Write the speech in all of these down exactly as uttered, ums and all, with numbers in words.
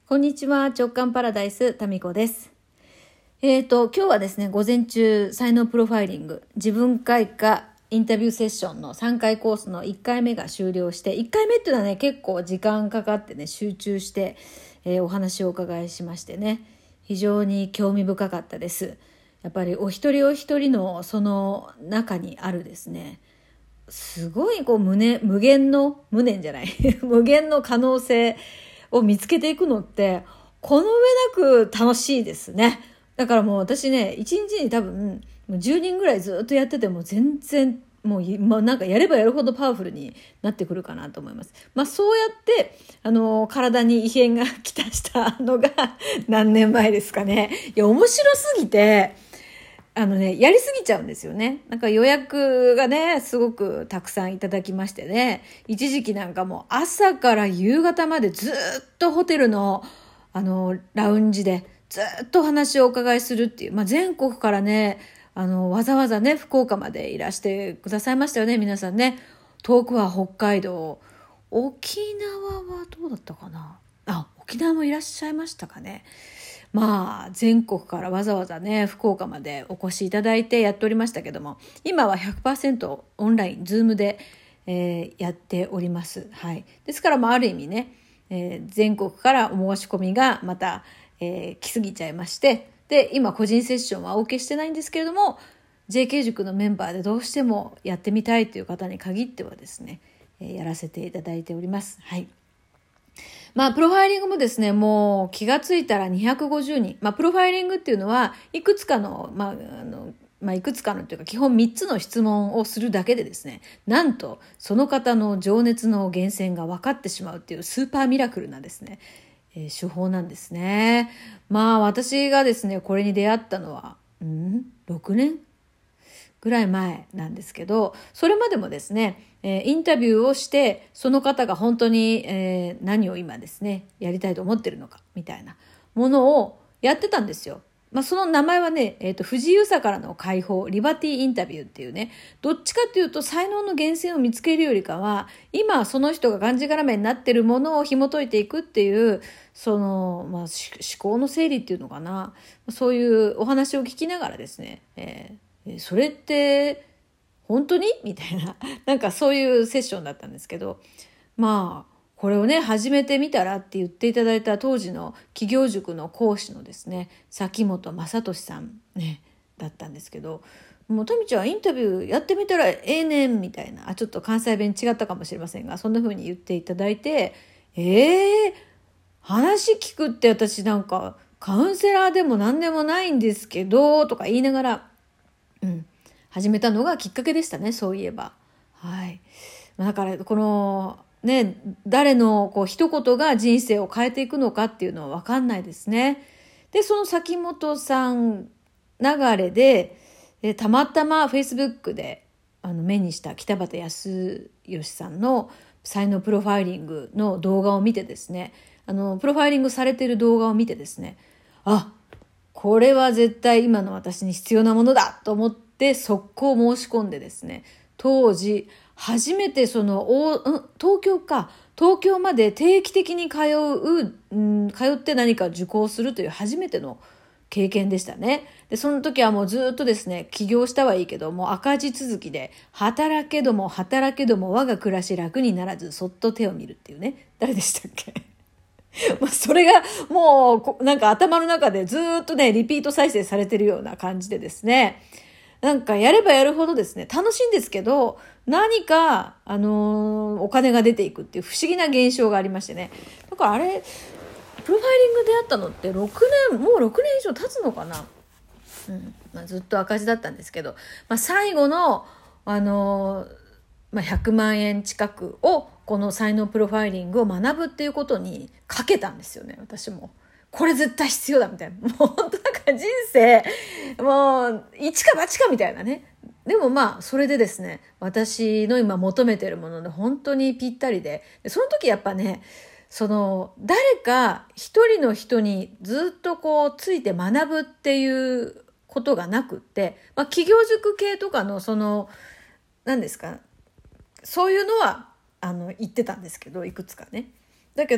こんにちは、直感パラダイスタミコです。えーと今日はですね、午前中才能プロファイリング自分開花インタビューセッションのさんかいコースのいっかいめが終了して、いっかいめっていうのはね結構時間かかってね集中して、えー、お話をお伺いしましてね、非常に興味深かったです。やっぱりお一人お一人のその中にあるですね、すごいこう無無限の無限じゃない無限の可能性を見つけていくのってこの上なく楽しいですね。だからもう私ね、一日に多分じゅうにんぐらいずっとやってても全然もう、まあ、なんかやればやるほどパワフルになってくるかなと思います。まあそうやってあの体に異変がきたしたのが何年前ですかね。いや面白すぎてあのね、やりすぎちゃうんですよね。なんか予約がね、すごくたくさんいただきましてね、一時期なんかもう朝から夕方までずっとホテルの、あの、ラウンジでずっとお話をお伺いするっていう、まあ、全国からね、あの、わざわざね、福岡までいらしてくださいましたよね、皆さんね。遠くは北海道、沖縄はどうだったかな。あ、沖縄もいらっしゃいましたかね。まあ全国からわざわざね福岡までお越しいただいてやっておりましたけども、今は ひゃくパーセント オンラインズームで、えー、やっております。はい。ですからまあある意味ね、えー、全国からお申し込みがまた、えー、来すぎちゃいまして、で今個人セッションはお受けしてないんですけれども、 ジェーケー 塾のメンバーでどうしてもやってみたいという方に限ってはですね、えー、やらせていただいております。はい。まあ、プロファイリングもですね、もう気がついたらにひゃくごじゅうにん。まあ、プロファイリングっていうのは、いくつかの、まあ、あの、まあ、いくつかのというか、基本みっつの質問をするだけでですね、なんと、その方の情熱の源泉が分かってしまうっていうスーパーミラクルなですね、えー、手法なんですね。まあ、私がですね、これに出会ったのは、ん ?ろく 年ぐらい前なんですけど、それまでもですね、えー、インタビューをしてその方が本当に、えー、何を今ですねやりたいと思ってるのかみたいなものをやってたんですよ。まあ、その名前はね、えーと、不自由さからの解放リバティインタビューっていうね、どっちかっていうと才能の源泉を見つけるよりかは今その人ががんじがらめになってるものを紐解いていくっていうその、まあ、思考の整理っていうのかな、そういうお話を聞きながらですね、えーそれって本当にみたいななんかそういうセッションだったんですけど、まあこれをね始めてみたらって言っていただいた当時の企業塾の講師のですね崎本正俊さんねだったんですけど、もうタミちゃんインタビューやってみたらええねんみたいな、あちょっと関西弁違ったかもしれませんが、そんな風に言っていただいて、えー、話聞くって私なんかカウンセラーでも何でもないんですけどとか言いながらうん、始めたのがきっかけでしたね、そういえば。はい。だからこのね、誰のこう一言が人生を変えていくのかっていうのは分かんないですね。で、その崎本さん流れで、でたまたま Facebook であの目にした北畑康義さんの才能プロファイリングの動画を見てですね、あのプロファイリングされている動画を見てですね、あ、これは絶対今の私に必要なものだと思って速攻申し込んでですね、当時初めてその東京か東京まで定期的に通う、うん、通って何か受講するという初めての経験でしたね。でその時はもうずっとですね、起業したはいいけども赤字続きで、働けども働けども我が暮らし楽にならずそっと手を見るっていうね、誰でしたっけそれがもうなんか頭の中でずっとねリピート再生されてるような感じでですね、なんかやればやるほどですね楽しいんですけど、何かあのー、お金が出ていくっていう不思議な現象がありましてね。だからあれプロファイリングであったのってろくねんもうろくねん以上経つのかな、うんまあ、ずっと赤字だったんですけど、まあ、最後のあのーまあ、ひゃくまんえん近くをこの才能プロファイリングを学ぶっていうことにかけたんですよね。私もこれ絶対必要だみたいな、もう本当なんか人生もう一か八かみたいなね。でもまあそれでですね、私の今求めてるもので本当にぴったりで、その時やっぱね、その誰か一人の人にずっとこうついて学ぶっていうことがなくって、まあ、企業塾系とかのその何ですか、そういうのはあの言ってたんですけど、いくつかね。だけど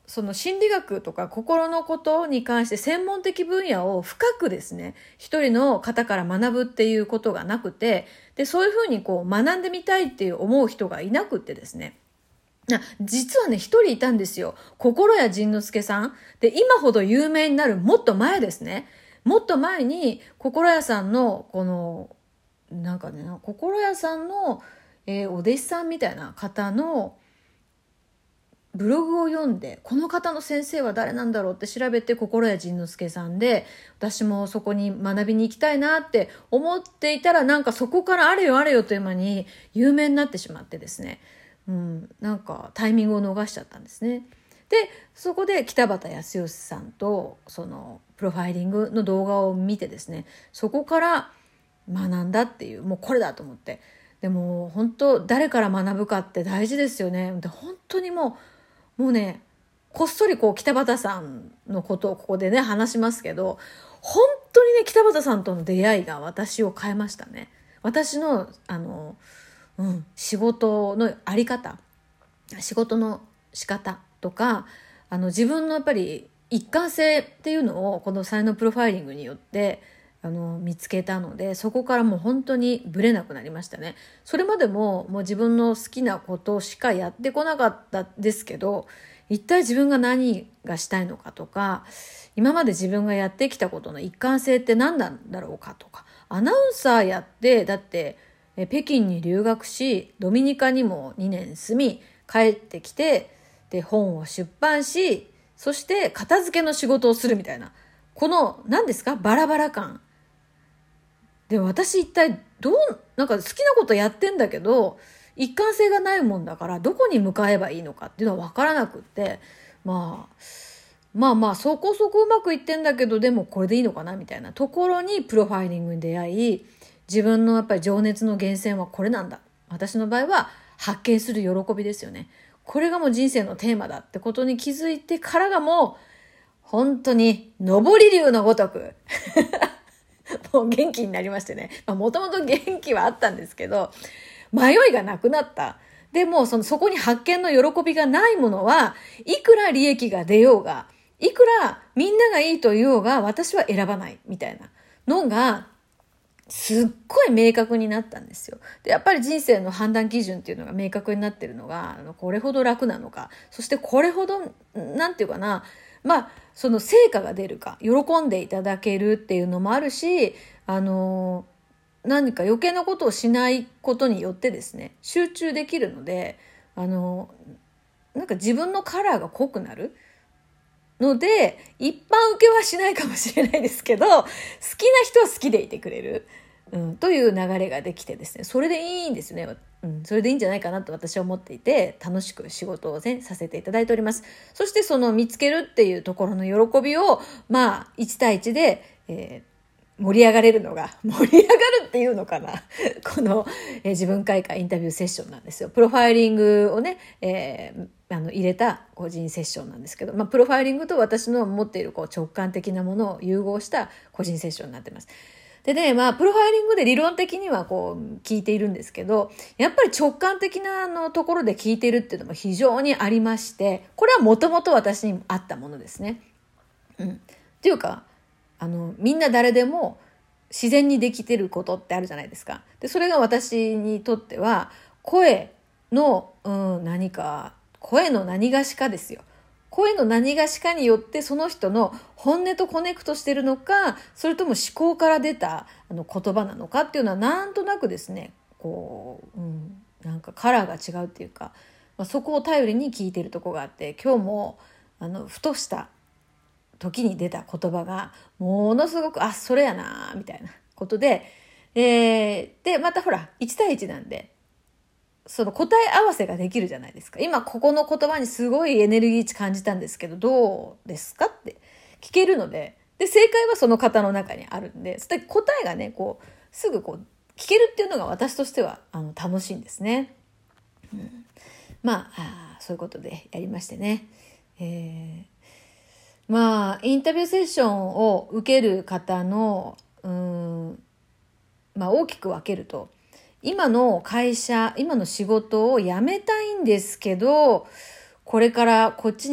その心理学とか心のことに関して専門的分野を深くですね、一人の方から学ぶっていうことがなくて、で、そういうふうにこう学んでみたいっていう思う人がいなくってですね。実はね、一人いたんですよ。心谷仁之助さん。で、今ほど有名になるもっと前ですね。もっと前に、心谷さんの、この、なんかね、心谷さんの、えー、お弟子さんみたいな方の、ブログを読んで、この方の先生は誰なんだろうって調べて、心谷仁之助さんで、私もそこに学びに行きたいなって思っていたら、なんかそこからあれよあれよという間に有名になってしまってですね、うん、なんかタイミングを逃しちゃったんですね。で、そこで北畑康義さんとそのプロファイリングの動画を見てですね、そこから学んだっていう、もうこれだと思って。でも本当誰から学ぶかって大事ですよね。で本当にもうもうね、こっそりこう北畑さんのことをここでね話しますけど、本当にね北畑さんとの出会いが私を変えましたね。私のあの、うん、仕事のあり方、仕事の仕方とか、あの自分のやっぱり一貫性っていうのをこの才能プロファイリングによってあの見つけたので、そこからもう本当にブレなくなりましたね。それまでももう自分の好きなことしかやってこなかったですけど、一体自分が何がしたいのかとか、今まで自分がやってきたことの一貫性って何なんだろうかとか、アナウンサーやってだって北京に留学し、ドミニカにもにねん住み帰ってきて、で本を出版し、そして片付けの仕事をするみたいな、この何ですか、バラバラ感で、私一体どう、なんか好きなことやってんだけど、一貫性がないもんだから、どこに向かえばいいのかっていうのは分からなくって、まあ、まあまあ、そこそこうまくいってんだけど、でもこれでいいのかなみたいなところにプロファイリングに出会い、自分のやっぱり情熱の源泉はこれなんだ。私の場合は発見する喜びですよね。これがもう人生のテーマだってことに気づいてからがもう、本当に上り竜のごとくもう元気になりましてね。もともと元気はあったんですけど、迷いがなくなった。でもそのそこに発見の喜びがないものは、いくら利益が出ようが、いくらみんながいいと言おうが、私は選ばないみたいなのがすっごい明確になったんですよ。で、やっぱり人生の判断基準っていうのが明確になってるのが、あのこれほど楽なのか、そしてこれほどなんていうかな、まあその成果が出るか、喜んでいただけるっていうのもあるし、あの何か余計なことをしないことによってですね、集中できるので、あのなんか自分のカラーが濃くなるので、一般受けはしないかもしれないですけど、好きな人は好きでいてくれる、うん、という流れができてですね、それでいいんですね、うん、それでいいんじゃないかなと私は思っていて、楽しく仕事を、ね、させていただいております。そしてその見つけるっていうところの喜びを、まあいち対いちで、えー盛り上がれるのが、盛り上がるっていうのかなこの、えー、自分開花インタビューセッションなんですよ。プロファイリングをね、えー、あの入れた個人セッションなんですけど、まあ、プロファイリングと私の持っているこう直感的なものを融合した個人セッションになってます。でね、まあ、プロファイリングで理論的にはこう聞いているんですけど、やっぱり直感的なのところで聞いているっていうのも非常にありまして、これはもともと私にもあったものですね。うん。っていうか、あのみんな誰でも自然にできてることってあるじゃないですか。でそれが私にとっては声の、うん、何か声の何がしかですよ。声の何がしかによってその人の本音とコネクトしてるのか、それとも思考から出たあの言葉なのかっていうのはなんとなくですね、こう、うん、なんかカラーが違うっていうか、まあ、そこを頼りに聞いてるとこがあって、今日もあのふとした時に出た言葉がものすごく、あ、それやなみたいなことで、えー、でまたほらいち対いちなんでその答え合わせができるじゃないですか。今ここの言葉にすごいエネルギー値感じたんですけどどうですかって聞けるので、で正解はその方の中にあるんで、そして答えがねこうすぐこう聞けるっていうのが私としてはあの楽しいんですね。うん、まあ、あそういうことでやりましてね、えーまあ、インタビューセッションを受ける方の、うーん、まあ大きく分けると、今の会社、今の仕事を辞めたいんですけど、これからこっちに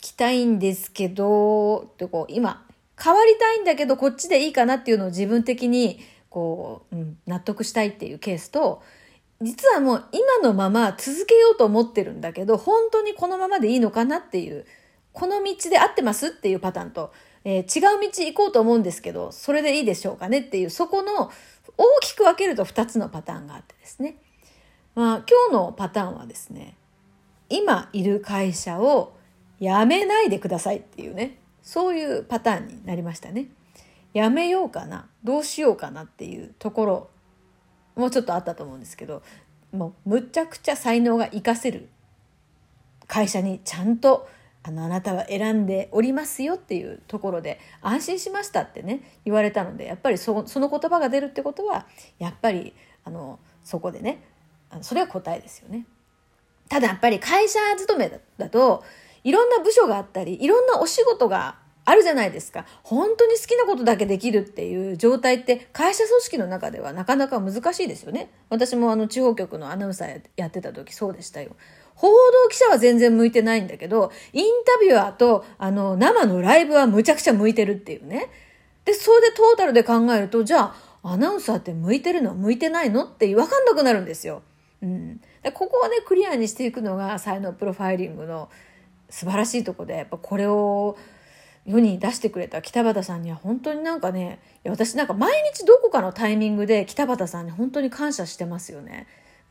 きたいんですけどってこう今変わりたいんだけどこっちでいいかなっていうのを自分的にこう、うん、納得したいっていうケースと、実はもう今のまま続けようと思ってるんだけど本当にこのままでいいのかなっていう、この道で合ってますっていうパターンと、えー、違う道行こうと思うんですけどそれでいいでしょうかねっていう、そこの大きく分けるとふたつのパターンがあってですね、まあ今日のパターンはですね、今いる会社を辞めないでくださいっていうね、そういうパターンになりましたね。辞めようかな、どうしようかなっていうところもうちょっとあったと思うんですけど、もうむちゃくちゃ才能が活かせる会社にちゃんとあのあなたは選んでおりますよっていうところで安心しましたってね言われたので、やっぱり そ, その言葉が出るってことはやっぱりあのそこでね、あのそれは答えですよね。ただやっぱり会社勤め だ, だといろんな部署があったりいろんなお仕事があるじゃないですか。本当に好きなことだけできるっていう状態って会社組織の中ではなかなか難しいですよね。私もあの地方局のアナウンサーやってた時そうでしたよ。報道記者は全然向いてないんだけど、インタビュアーとあの生のライブはむちゃくちゃ向いてるっていうね。で、それでトータルで考えると、じゃあアナウンサーって向いてるの向いてないのって分かんなくなるんですよ。うん。でここをねクリアにしていくのが才能プロファイリングの素晴らしいところで、やっぱこれを世に出してくれた北畑さんには本当になんかね、いや私なんか毎日どこかのタイミングで北畑さんに本当に感謝してますよね。うん。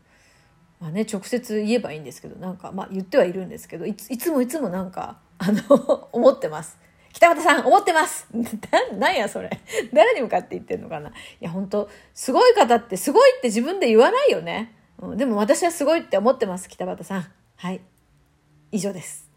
まあね、直接言えばいいんですけど、なんかまあ言ってはいるんですけど、い つ, いつもいつもなんかあの思ってます。北畑さん思ってますな。なんやそれ。誰に向かって言ってんのかな。いや本当すごい方ってすごいって自分で言わないよね。うん、でも私はすごいって思ってます、北畑さん。はい。以上です。